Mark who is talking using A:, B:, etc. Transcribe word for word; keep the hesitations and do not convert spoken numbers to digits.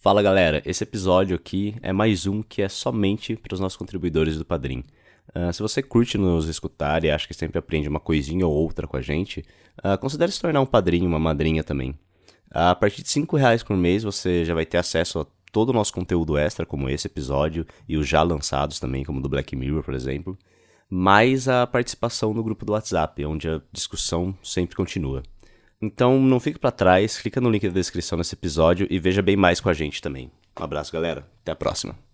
A: Fala galera, esse episódio aqui é mais um que é somente para os nossos contribuidores do Padrim. Uh, se você curte nos escutar e acha que sempre aprende uma coisinha ou outra com a gente, uh, considere se tornar um padrinho, uma madrinha também. Uh, a partir de cinco reais por mês você já vai ter acesso a todo o nosso conteúdo extra, como esse episódio, e os já lançados também, como o do Black Mirror, por exemplo, mais a participação no grupo do WhatsApp, onde a discussão sempre continua. Então não fique pra trás, clica no link da descrição desse episódio e veja bem mais com a gente também. Um abraço, galera. Até a próxima.